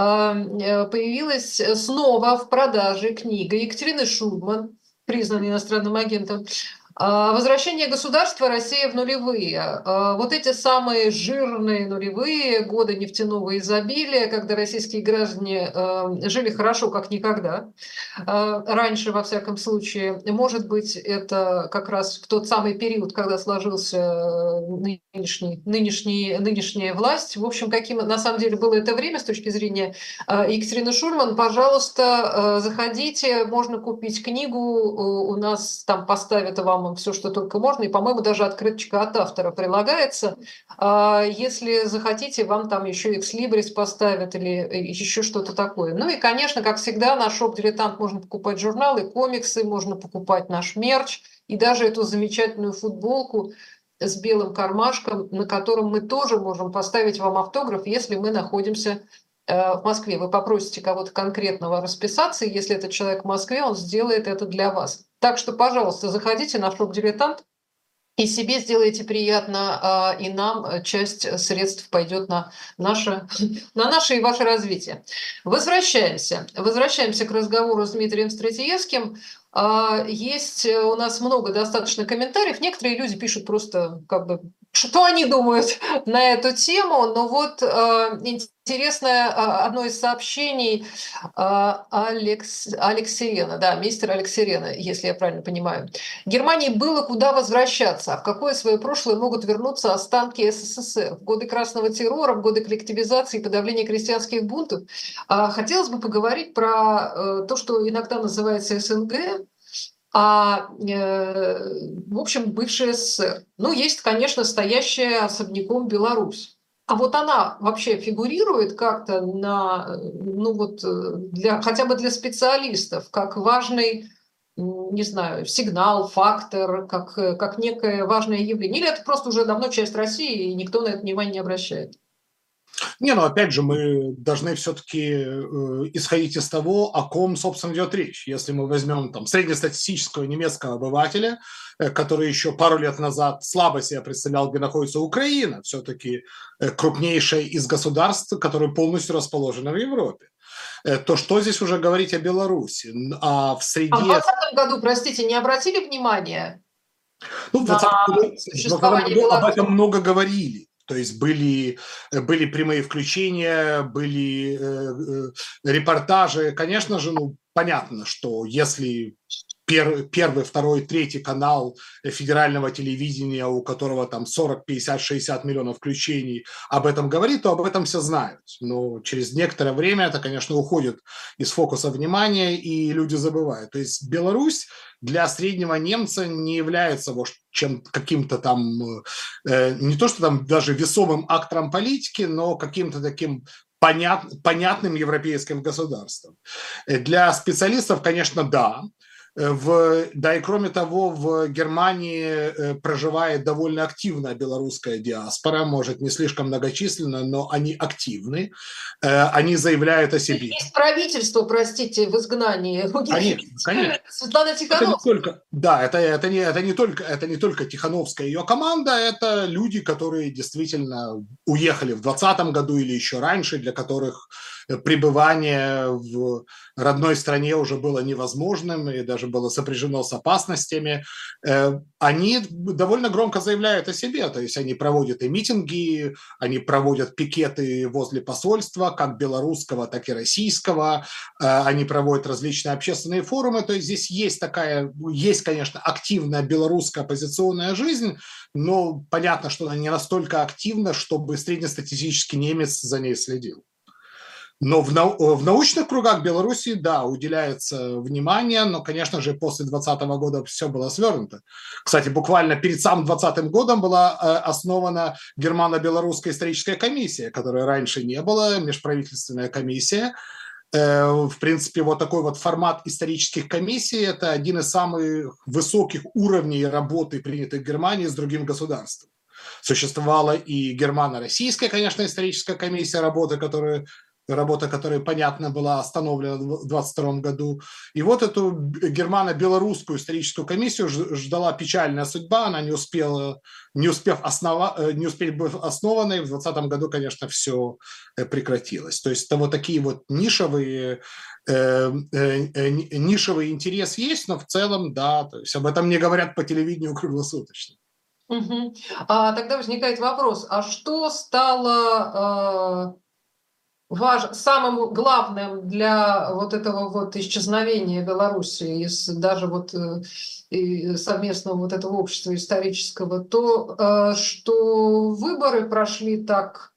появилась снова в продаже книга Екатерины Шульман, признанный иностранным агентом, «Возвращение государства. Россия в нулевые». Вот эти самые жирные нулевые, годы нефтяного изобилия, когда российские граждане жили хорошо, как никогда. Раньше, во всяком случае. Может быть, это как раз в тот самый период, когда сложился нынешняя власть. В общем, каким на самом деле было это время с точки зрения Екатерины Шульман. Пожалуйста, заходите, можно купить книгу. У нас там поставят вам все, что только можно, и, по-моему, даже открыточка от автора прилагается. Если захотите, вам там еще экслибрис поставят или еще что-то такое. Ну и, конечно, как всегда, на Shop Дилетант можно покупать журналы, комиксы, можно покупать наш мерч и даже эту замечательную футболку с белым кармашком, на котором мы тоже можем поставить вам автограф, если мы находимся в Москве. Вы попросите кого-то конкретного расписаться, и если этот человек в Москве, он сделает это для вас. Так что, пожалуйста, заходите на Shop Дилетант и себе сделайте приятно, и нам часть средств пойдет на наше и ваше развитие. Возвращаемся к разговору с Дмитрием Стратеевским. Есть у нас много достаточно комментариев. Некоторые люди пишут просто что они думают на эту тему. Но вот интересное одно из сообщений Алексеена, да, мистер Алексеена, если я правильно понимаю. Германии было куда возвращаться, а в какое свое прошлое могут вернуться останки СССР в годы красного террора, в годы коллективизации и подавления крестьянских бунтов. Хотелось бы поговорить про то, что иногда называется СНГ, в общем, бывшая СССР. Ну, есть, конечно, стоящая особняком Беларусь. А вот она вообще фигурирует как-то ну вот, хотя бы для специалистов, как важный, не знаю, сигнал, фактор, как некое важное явление. Или это просто уже давно часть России, и никто на это внимание не обращает? Не, ну опять же, мы должны все-таки исходить из того, о ком, собственно, идет речь. Если мы возьмем там среднестатистического немецкого обывателя, который еще пару лет назад слабо себя представлял, где находится Украина, все-таки крупнейшее из государств, которое полностью расположено в Европе, то что здесь уже говорить о Беларуси? А в А в среде... 2020 году, простите, не обратили внимания Ну, в на 2020 существование году об Беларуси? этом много говорили. То есть были прямые включения, были репортажи. Конечно же, ну, понятно, что если первый, второй, третий канал федерального телевидения, у которого там 40, 50, 60 миллионов включений, об этом говорит, то об этом все знают. Но через некоторое время это, конечно, уходит из фокуса внимания, и люди забывают. То есть Беларусь для среднего немца не является чем каким-то там, не то что там даже весомым актором политики, но каким-то таким понятным европейским государством. Для специалистов, конечно, да. Да и кроме того, в Германии проживает довольно активная белорусская диаспора, может, не слишком многочисленно, но они активны, они заявляют о себе. Есть правительство, простите, в изгнании. У них Конечно, есть конечно. Светлана Это не Тихановская. только, да, это не только Тихановская и ее команда, это люди, которые действительно уехали в 2020 году или еще раньше, для которых пребывание в родной стране уже было невозможным и даже было сопряжено с опасностями. Они довольно громко заявляют о себе, то есть они проводят и митинги, они проводят пикеты возле посольства, как белорусского, так и российского, они проводят различные общественные форумы, то есть здесь есть, конечно, активная белорусская оппозиционная жизнь, но понятно, что она не настолько активна, чтобы среднестатистический немец за ней следил. Но в научных кругах Беларуси, да, уделяется внимание, но, конечно же, после 2020 года все было свернуто. Кстати, буквально перед самым 2020 годом была основана Германо-Белорусская историческая комиссия, которой раньше не было, межправительственная комиссия. В принципе, вот такой вот формат исторических комиссий – это один из самых высоких уровней работы, принятых в Германии с другим государством. Существовала и германо-российская, конечно, историческая комиссия, работа которой, понятно, была остановлена в 2022 году. И вот эту германо-белорусскую историческую комиссию ждала печальная судьба, она не успела, не успев быть основанной, в 2020 году, конечно, все прекратилось. То есть это вот такие вот нишевый интерес есть, но в целом, да, то есть об этом не говорят по телевидению круглосуточно. Мгм. Тогда возникает вопрос, а что стало самым главным для вот этого вот исчезновения Беларуси из даже вот и совместного вот этого общества исторического, то, что выборы прошли так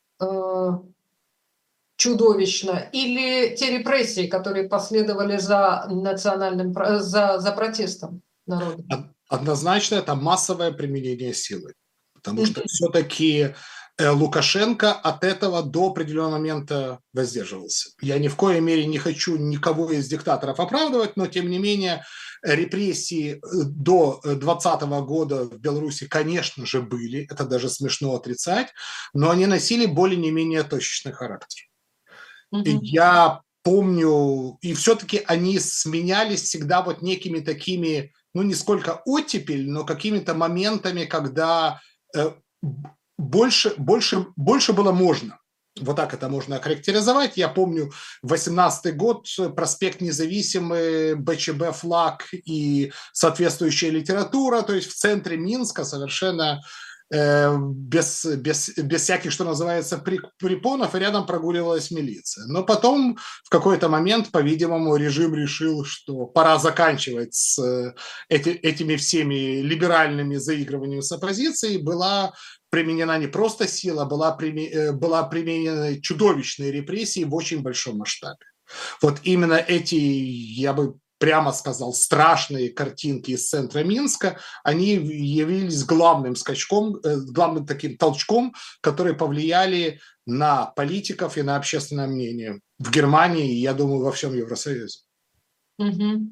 чудовищно, или те репрессии, которые последовали за за протестом народа? Однозначно это массовое применение силы, потому что все-таки Лукашенко от этого до определенного момента воздерживался. Я ни в коей мере не хочу никого из диктаторов оправдывать, но тем не менее репрессии до 2020 года в Беларуси, конечно же, были, это даже смешно отрицать, но они носили более не менее точечный характер. Я помню, и все-таки они сменялись всегда вот некими такими, ну, не сколько оттепель, но какими-то моментами, когда больше было можно. Вот так это можно охарактеризовать. Я помню 18-й год, проспект Независимый, БЧБ флаг и соответствующая литература, то есть в центре Минска совершенно без всяких, что называется, препонов, и рядом прогуливалась милиция. Но потом в какой-то момент, по-видимому, режим решил, что пора заканчивать с этими всеми либеральными заигрываниями с оппозицией. Была применена не просто сила, была применена чудовищные репрессии в очень большом масштабе. Вот именно эти, я бы прямо сказал, страшные картинки из центра Минска, они явились главным скачком, главным таким толчком, которые повлияли на политиков и на общественное мнение в Германии и, я думаю, во всем Евросоюзе. Угу.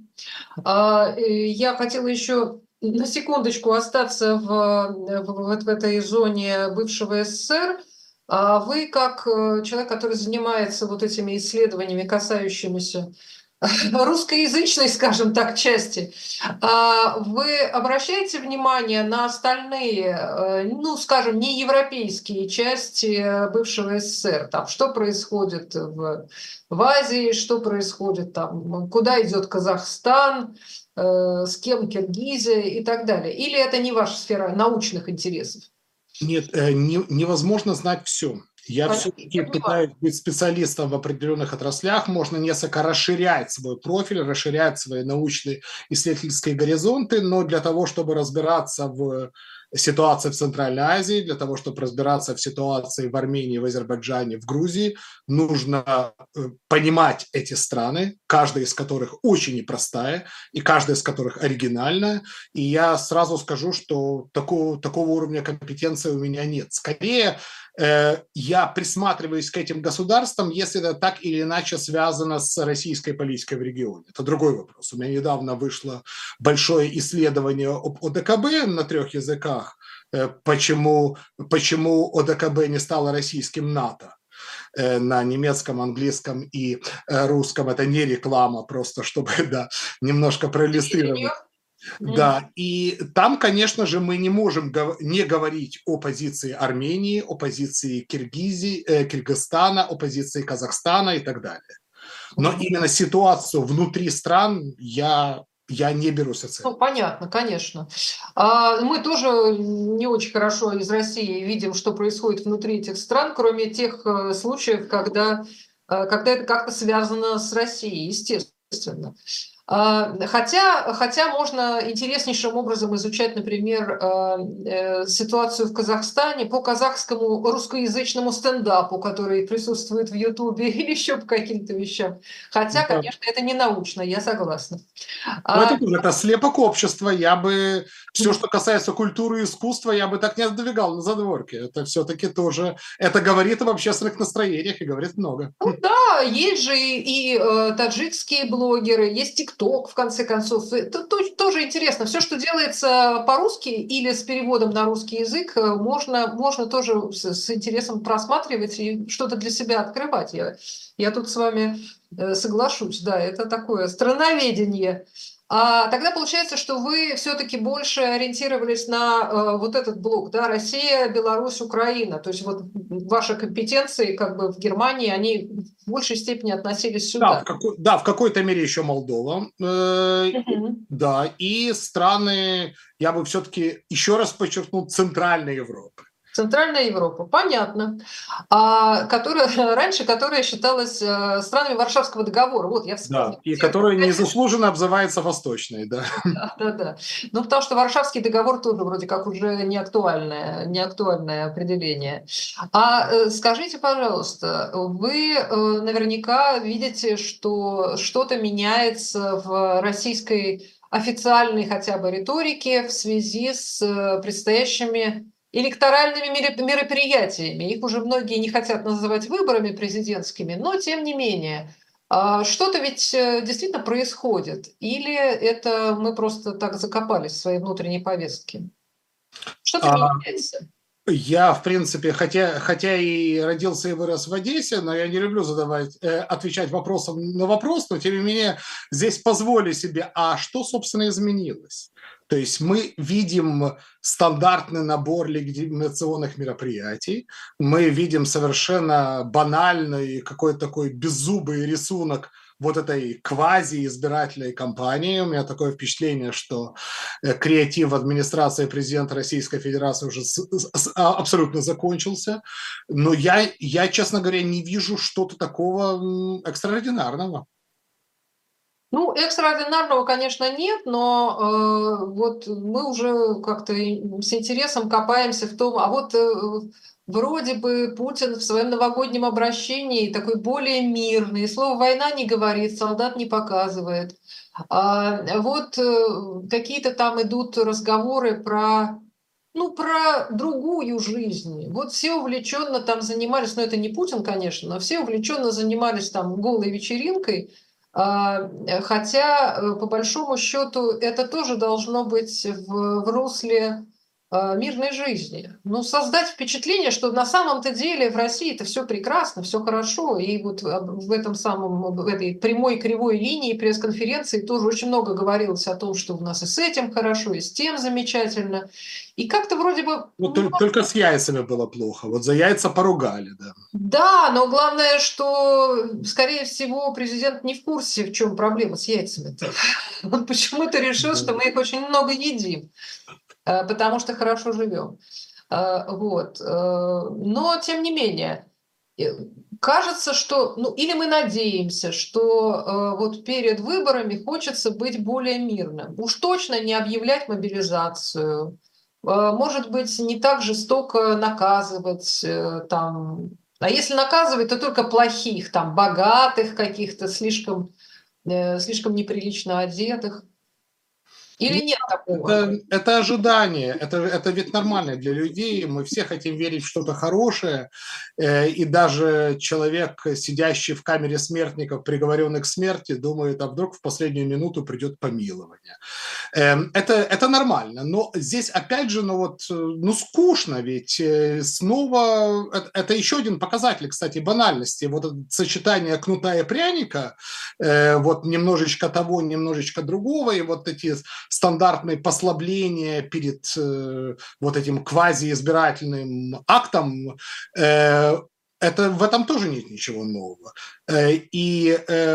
Я хотела еще на секундочку остаться в этой зоне бывшего СССР. Вы, как человек, который занимается вот этими исследованиями, касающимися русскоязычной, скажем так, части, вы обращаете внимание на остальные, ну, скажем, неевропейские части бывшего СССР? Там, что происходит в Азии, что происходит там, куда идет Казахстан, с кем Киргизия и так далее? Или это не ваша сфера научных интересов? Нет, невозможно знать все. Я все-таки пытаюсь быть специалистом в определенных отраслях. Можно несколько расширять свой профиль, расширять свои научные исследовательские горизонты, но для того, чтобы разбираться в ситуации в Центральной Азии, для того, чтобы разбираться в ситуации в Армении, в Азербайджане, в Грузии, нужно понимать эти страны, каждая из которых очень непростая, и каждая из которых оригинальная. И я сразу скажу, что такого уровня компетенции у меня нет. Скорее, я присматриваюсь к этим государствам, если это так или иначе связано с российской политикой в регионе. Это другой вопрос. У меня недавно вышло большое исследование об ОДКБ на 3 языках. Почему ОДКБ не стало российским НАТО? На немецком, английском и русском. Это не реклама, просто чтобы немножко проиллюстрировать. Да, и там, конечно же, мы не можем не говорить о позиции Армении, о позиции Киргизстана, о позиции Казахстана и так далее. Но именно ситуацию внутри стран я не берусь оценивать. Ну, понятно, конечно. Мы тоже не очень хорошо из России видим, что происходит внутри этих стран, кроме тех случаев, когда это как-то связано с Россией, естественно. Хотя можно интереснейшим образом изучать, например, ситуацию в Казахстане по казахскому русскоязычному стендапу, который присутствует в Ютубе, или еще по каким-то вещам. Хотя, конечно, это не научно, я согласна. Это слепок общества. Я бы все, что касается культуры и искусства, я бы так не отодвигал на задворке. Это все-таки тоже, это говорит об общественных настроениях и говорит много. Ну да, есть же и таджикские блогеры, есть ТикТок, в конце концов. Это тоже интересно. Все, что делается по-русски или с переводом на русский язык, можно тоже с интересом просматривать и что-то для себя открывать. Я тут с вами соглашусь, да, это такое страноведение. Тогда получается, что вы все-таки больше ориентировались на вот этот блок, да, Россия, Беларусь, Украина. То есть вот ваши компетенции как бы в Германии, они в большей степени относились сюда. Да, в какой-то мере еще Молдова. Да, и страны, я бы все-таки еще раз подчеркнул, Центральной Европы. Центральная Европа, понятно. Которая считалась странами Варшавского договора. Вот я вспомнила. Да, и которая незаслуженно обзывается Восточной, да. Да. Ну, потому что Варшавский договор тоже вроде как уже не актуальное определение. Скажите, пожалуйста, вы наверняка видите, что что-то меняется в российской официальной хотя бы риторике в связи с предстоящими электоральными мероприятиями. Их уже многие не хотят называть выборами президентскими, но тем не менее. Что-то ведь действительно происходит? Или это мы просто так закопались в своей внутренней повестке? Что-то меняется? Я, в принципе, хотя и родился и вырос в Одессе, но я не люблю отвечать вопросом на вопрос, но тем не менее здесь позволю себе, что, собственно, изменилось? То есть мы видим стандартный набор легитимационных мероприятий, мы видим совершенно банальный какой-то такой беззубый рисунок вот этой квази-избирательной кампании. У меня такое впечатление, что креатив администрации президента Российской Федерации уже абсолютно закончился. Но я, честно говоря, не вижу что-то такого экстраординарного. Ну, экстраординарного, конечно, нет, но вот мы уже как-то с интересом копаемся в том, а вот вроде бы Путин в своем новогоднем обращении такой более мирный, слово «война» не говорит, солдат не показывает. Вот какие-то там идут разговоры про, ну, про другую жизнь. Вот все увлеченно там занимались, ну, это не Путин, конечно, но все увлеченно занимались там голой вечеринкой, хотя, по большому счету, это тоже должно быть в русле мирной жизни. Ну, создать впечатление, что на самом-то деле в России это все прекрасно, все хорошо. И вот в этом самом, в этой прямой кривой линии пресс-конференции тоже очень много говорилось о том, что у нас и с этим хорошо, и с тем замечательно. И как-то вроде бы... Ну, только с яйцами было плохо. Вот за яйца поругали, да. Да, но главное, что, скорее всего, президент не в курсе, в чем проблема с яйцами-то. Он почему-то решил, что мы их очень много едим, потому что хорошо живем. Вот. Но, тем не менее, кажется, что, ну, или мы надеемся, что вот перед выборами хочется быть более мирным. Уж точно не объявлять мобилизацию, может быть, не так жестоко наказывать там. А если наказывать, то только плохих, там, богатых каких-то, слишком неприлично одетых. Или нет такого? Это ожидание, это ведь нормально для людей. Мы все хотим верить в что-то хорошее. И даже человек, сидящий в камере смертников, приговоренный к смерти, думает, а вдруг в последнюю минуту придет помилование. Это нормально. Но здесь, опять же, ну скучно, ведь снова... Это еще один показатель, кстати, банальности. Вот это сочетание кнута и пряника, вот немножечко того, немножечко другого, и вот эти стандартные послабления перед вот этим квазиизбирательным актом, в этом тоже нет ничего нового. И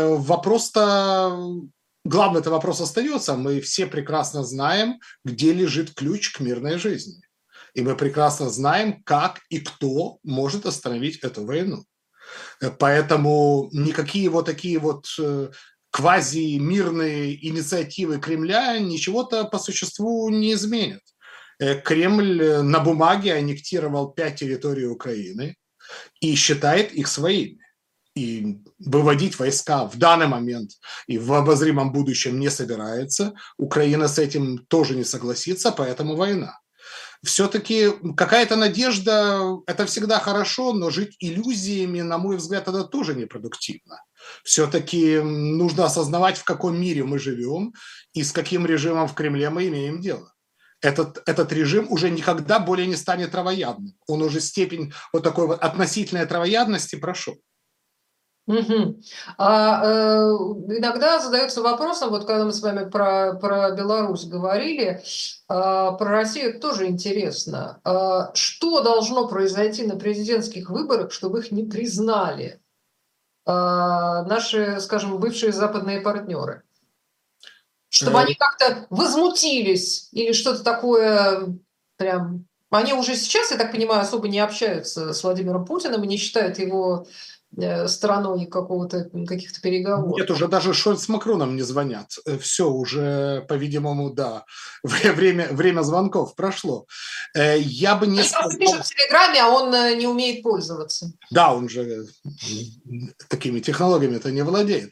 главный это вопрос остается. Мы все прекрасно знаем, где лежит ключ к мирной жизни. И мы прекрасно знаем, как и кто может остановить эту войну. Поэтому никакие вот такие вот квазимирные инициативы Кремля ничего-то по существу не изменят. Кремль на бумаге аннектировал 5 территорий Украины и считает их своими. И выводить войска в данный момент и в обозримом будущем не собирается. Украина с этим тоже не согласится, поэтому война. Все-таки какая-то надежда – это всегда хорошо, но жить иллюзиями, на мой взгляд, это тоже непродуктивно. Все-таки нужно осознавать, в каком мире мы живем и с каким режимом в Кремле мы имеем дело. Этот режим уже никогда более не станет травоядным. Он уже степень вот такой вот относительной травоядности прошел. Угу. Иногда задается вопросом, вот когда мы с вами про Беларусь говорили, про Россию тоже интересно. Что должно произойти на президентских выборах, чтобы их не признали наши, скажем, бывшие западные партнеры? Чтобы они как-то возмутились или что-то такое прям... Они уже сейчас, я так понимаю, особо не общаются с Владимиром Путиным и не считают его стороной каких-то переговоров. Нет, уже даже Шольц с Макроном не звонят. Все, уже, по-видимому, да, время звонков прошло. Я бы не сказал... Он пишет в Телеграме, а он не умеет пользоваться. Да, он же такими технологиями-то не владеет.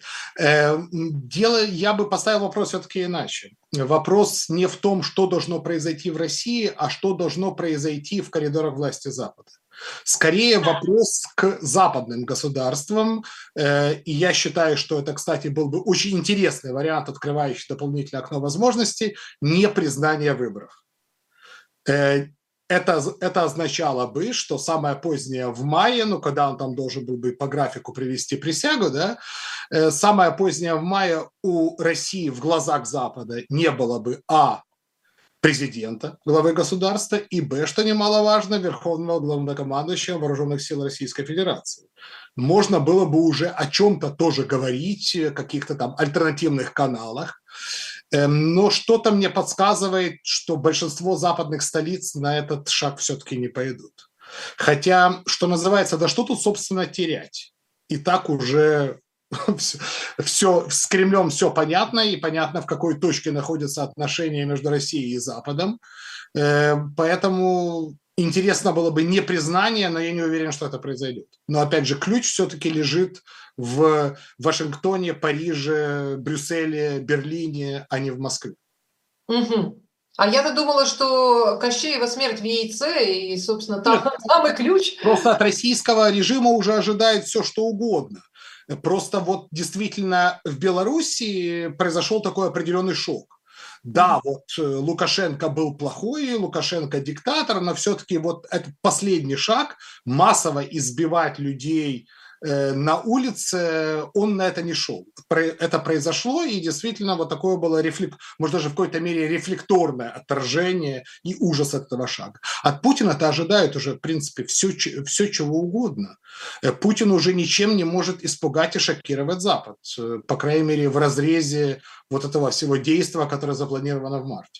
Я бы поставил вопрос все-таки иначе. Вопрос не в том, что должно произойти в России, а что должно произойти в коридорах власти Запада. Скорее вопрос к западным государствам, и я считаю, что это, кстати, был бы очень интересный вариант, открывающий дополнительное окно возможностей, непризнание выборов. Это означало бы, что самое позднее в мае, ну, когда он там должен был бы по графику привести присягу, да, самое позднее в мае у России в глазах Запада не было бы президента, главы государства, и б, что немаловажно, верховного главнокомандующего вооруженных сил Российской Федерации. Можно было бы уже о чем-то тоже говорить, о каких-то там альтернативных каналах, но что-то мне подсказывает, что большинство западных столиц на этот шаг все-таки не пойдут. Хотя, что называется, да что тут, собственно, терять? И так уже все, с Кремлем все понятно, и понятно, в какой точке находятся отношения между Россией и Западом. Поэтому интересно было бы не признание, но я не уверен, что это произойдет. Но, опять же, ключ все-таки лежит в Вашингтоне, Париже, Брюсселе, Берлине, а не в Москве. Угу. А я-то думала, что Кощеева смерть в яйце, и, собственно, там, Нет, там и ключ. просто от российского режима уже ожидает все, что угодно. Просто вот действительно в Беларуси произошел такой определенный шок. Да, вот Лукашенко был плохой, Лукашенко диктатор, но все-таки вот этот последний шаг, массово избивать людей на улице, он на это не шел. Это произошло, и действительно вот такое было, может даже в какой-то мере рефлекторное отторжение и ужас этого шага. От Путина-то ожидают уже, в принципе, все, чего угодно. Путин уже ничем не может испугать и шокировать Запад, по крайней мере, в разрезе вот этого всего действия, которое запланировано в марте.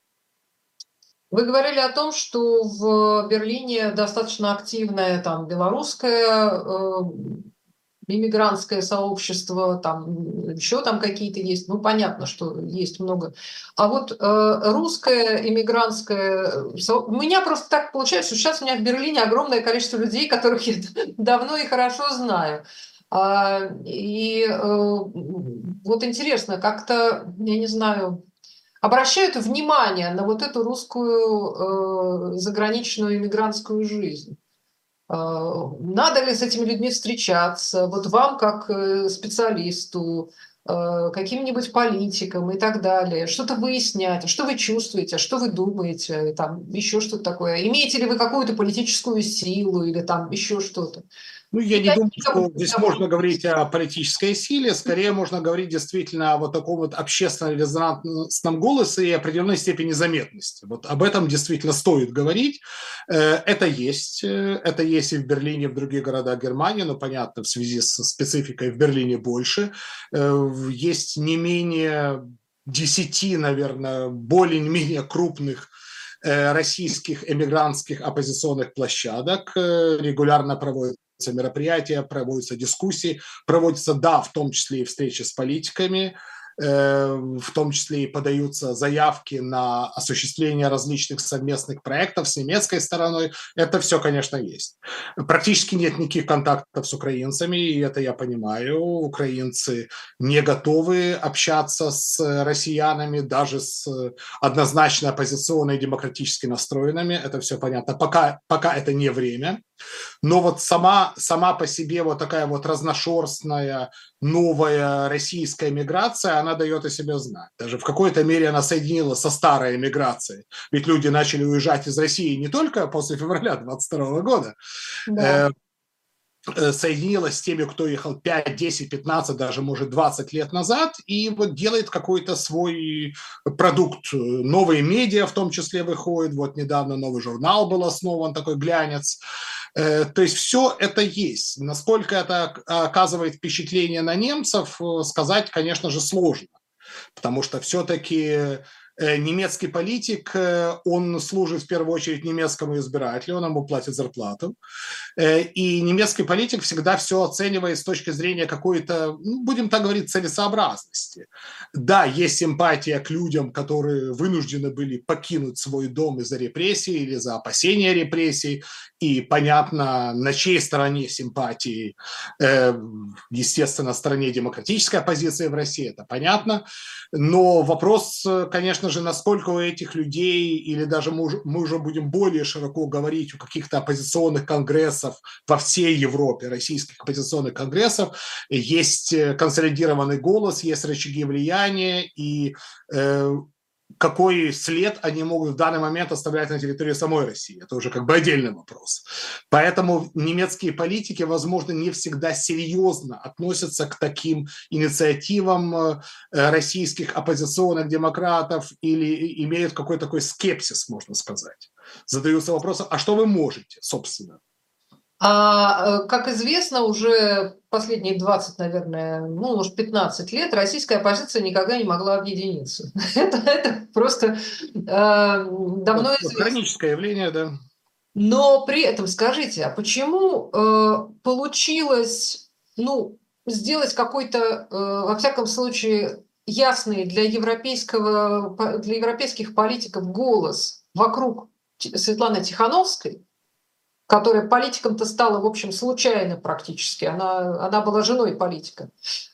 Вы говорили о том, что в Берлине достаточно активное там белорусское иммигрантское сообщество, там еще там какие-то есть, ну понятно, что есть много. А вот русское иммигрантское, у меня просто так получается, что сейчас у меня в Берлине огромное количество людей, которых я давно и хорошо знаю. И вот интересно, как-то, я не знаю, обращают внимание на вот эту русскую заграничную иммигрантскую жизнь. Надо ли с этими людьми встречаться? Вот вам, как специалисту, каким-нибудь политикам и так далее, что-то выяснять, что вы чувствуете, что вы думаете, там еще что-то такое. Имеете ли вы какую-то политическую силу или там еще что-то? Ну, я не думаю, что здесь можно говорить о политической силе, скорее можно говорить действительно о вот таком вот общественно-резонансном голосе и определенной степени заметности. Вот об этом действительно стоит говорить. Это есть и в Берлине, и в других городах Германии, но, понятно, в связи с спецификой в Берлине больше. Есть не менее 10, наверное, более-менее крупных российских эмигрантских оппозиционных площадок, регулярно проводят мероприятия, проводятся дискуссии, проводятся, да, в том числе и встречи с политиками, в том числе и подаются заявки на осуществление различных совместных проектов с немецкой стороной. Это все, конечно, есть. Практически нет никаких контактов с украинцами, и это я понимаю. Украинцы не готовы общаться с россиянами, даже с однозначно оппозиционно и демократически настроенными. Это все понятно. Пока это не время. Но вот сама по себе вот такая вот разношерстная новая российская миграция, она дает о себе знать. Даже в какой-то мере она соединила со старой миграцией. Ведь люди начали уезжать из России не только после февраля 2022 года, Да. Соединилась с теми, кто ехал 5, 10, 15, даже, может, 20 лет назад, и вот делает какой-то свой продукт. Новые медиа в том числе выходят. Вот недавно новый журнал был основан, такой «Глянец». То есть все это есть. Насколько это оказывает впечатление на немцев, сказать, конечно же, сложно. Потому что все-таки немецкий политик, он служит в первую очередь немецкому избирателю, он ему платит зарплату. И немецкий политик всегда все оценивает с точки зрения какой-то, будем так говорить, целесообразности. Да, есть симпатия к людям, которые вынуждены были покинуть свой дом из-за репрессий или за опасения репрессий. И понятно, на чьей стороне симпатии, естественно, стороне демократической оппозиции в России, это понятно. Но вопрос, конечно же, насколько у этих людей, или даже мы уже будем более широко говорить о каких-то оппозиционных конгрессах во всей Европе, российских оппозиционных конгрессов, есть консолидированный голос, есть рычаги влияния, и какой след они могут в данный момент оставлять на территории самой России. Это уже как бы отдельный вопрос. Поэтому немецкие политики, возможно, не всегда серьезно относятся к таким инициативам российских оппозиционных демократов или имеют какой-то такой скепсис, можно сказать. Задаются вопросом, а что вы можете, собственно? Как известно, уже последние 20, наверное, ну, может, 15 лет российская оппозиция никогда не могла объединиться. Это просто давно известно. Хроническое явление, да. Но при этом скажите, а почему получилось, ну, сделать какой-то, во всяком случае, ясный для европейских политиков голос вокруг Светланы Тихановской, которая политиком-то стала, в общем, случайно практически, она была женой политика,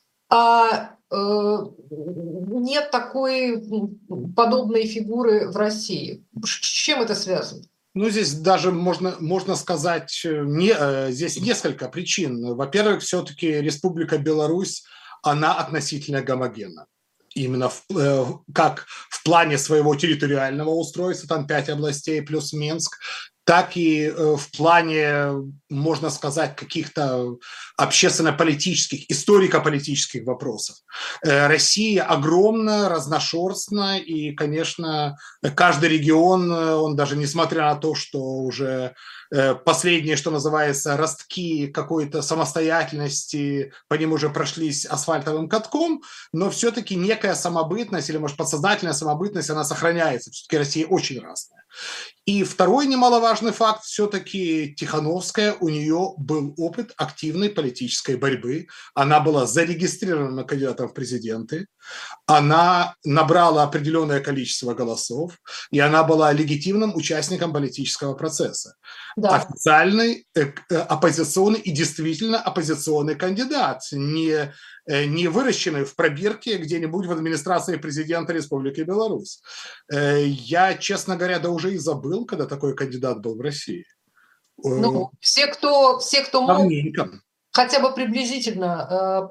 нет такой подобной фигуры в России. С чем это связано? Ну, здесь даже можно сказать, здесь несколько причин. Во-первых, все-таки Республика Беларусь, она относительно гомогенна. Именно как в плане своего территориального устройства, там 5 областей плюс Минск, так и в плане, можно сказать, каких-то общественно-политических, историко-политических вопросов. Россия огромна, разношерстна, и, конечно, каждый регион, он даже несмотря на то, что уже последние, что называется, ростки какой-то самостоятельности, по ним уже прошлись асфальтовым катком, но все-таки некая самобытность, или, может, подсознательная самобытность, она сохраняется. Все-таки Россия очень разная. И второй немаловажный факт, все-таки Тихановская, у нее был опыт активной политической борьбы. Она была зарегистрирована кандидатом в президенты, она набрала определенное количество голосов, и она была легитимным участником политического процесса. Да. Официальный, оппозиционный и действительно оппозиционный кандидат, не выращенный в пробирке где-нибудь в администрации президента Республики Беларусь. Я, честно говоря, да уже и забыл, когда такой кандидат был в России. Ну, все, кто мог хотя бы приблизительно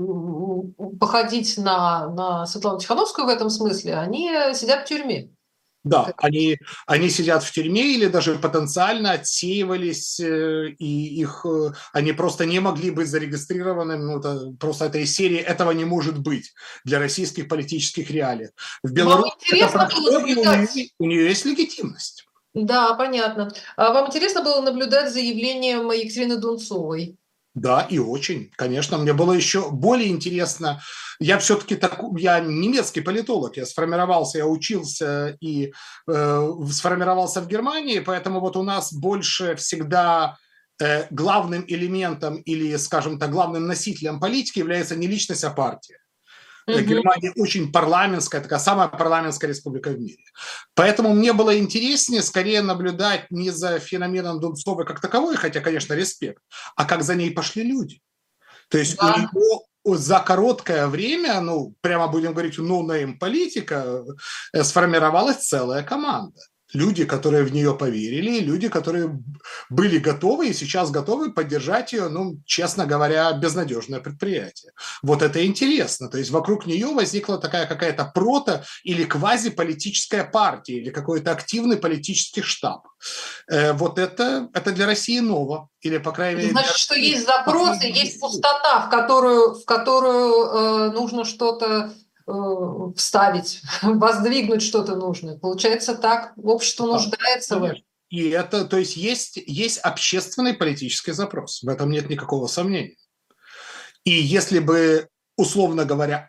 походить на Светлану Тихановскую в этом смысле, они сидят в тюрьме. Да, они сидят в тюрьме или даже потенциально отсеивались, и они просто не могли быть зарегистрированы. Ну, это просто этой серии этого не может быть для российских политических реалий. В Беларуси у нее есть легитимность. Да, понятно. А вам интересно было наблюдать за явлением Екатерины Дунцовой? Да, и очень, конечно. Мне было еще более интересно. Я все-таки я немецкий политолог, я учился и сформировался в Германии, поэтому вот у нас больше всегда главным элементом или, скажем так, главным носителем политики является не личность, а партия. Германия очень парламентская, такая самая парламентская республика в мире. Поэтому мне было интереснее скорее наблюдать не за феноменом Дунцовой как таковой, хотя, конечно, респект, а как за ней пошли люди. То есть у него за короткое время, ну, прямо будем говорить, no-name политика, сформировалась целая команда. Люди, которые в нее поверили, люди, которые были готовы и сейчас готовы поддержать ее, ну, честно говоря, безнадежное предприятие. Вот это интересно. То есть вокруг нее возникла такая какая-то или квазиполитическая партия, или какой-то активный политический штаб. Вот это для России ново. Или, по крайней мере... Значит, что есть запросы, есть пустота, в которую нужно что-то вставить, воздвигнуть что-то нужное. Получается так, общество нуждается в этом. И это, то есть общественный политический запрос, в этом нет никакого сомнения. И если бы, условно говоря,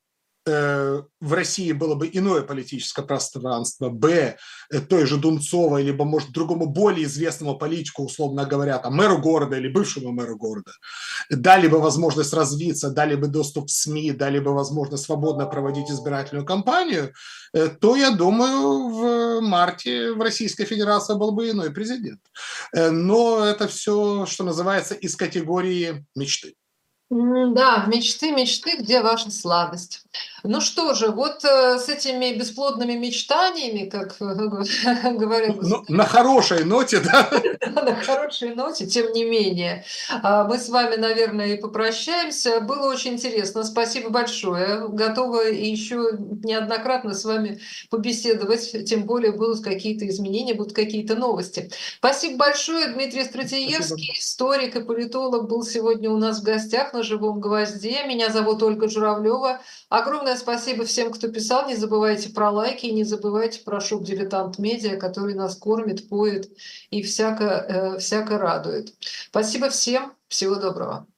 в России было бы иное политическое пространство, той же Дунцовой, либо, может, другому более известному политику, условно говоря, там, мэру города или бывшему мэру города, дали бы возможность развиться, дали бы доступ в СМИ, дали бы возможность свободно проводить избирательную кампанию, то, я думаю, в марте в Российской Федерации был бы иной президент. Но это все, что называется, из категории мечты. Да, мечты, мечты, где ваша сладость? Ну что же, вот с этими бесплодными мечтаниями, как говорят На хорошей ноте, да. на хорошей ноте, тем не менее, мы с вами, наверное, и попрощаемся. Было очень интересно. Спасибо большое. Готова еще неоднократно с вами побеседовать, тем более будут какие-то изменения, будут какие-то новости. Спасибо большое. Дмитрий Спасибо. Стратиевский, историк и политолог, был сегодня у нас в гостях на «Живом гвозде». Меня зовут Ольга Журавлева. Огромное спасибо всем, кто писал. Не забывайте про лайки и не забывайте про шоу «Дилетант Медиа», который нас кормит, поет и всяко радует. Спасибо всем. Всего доброго.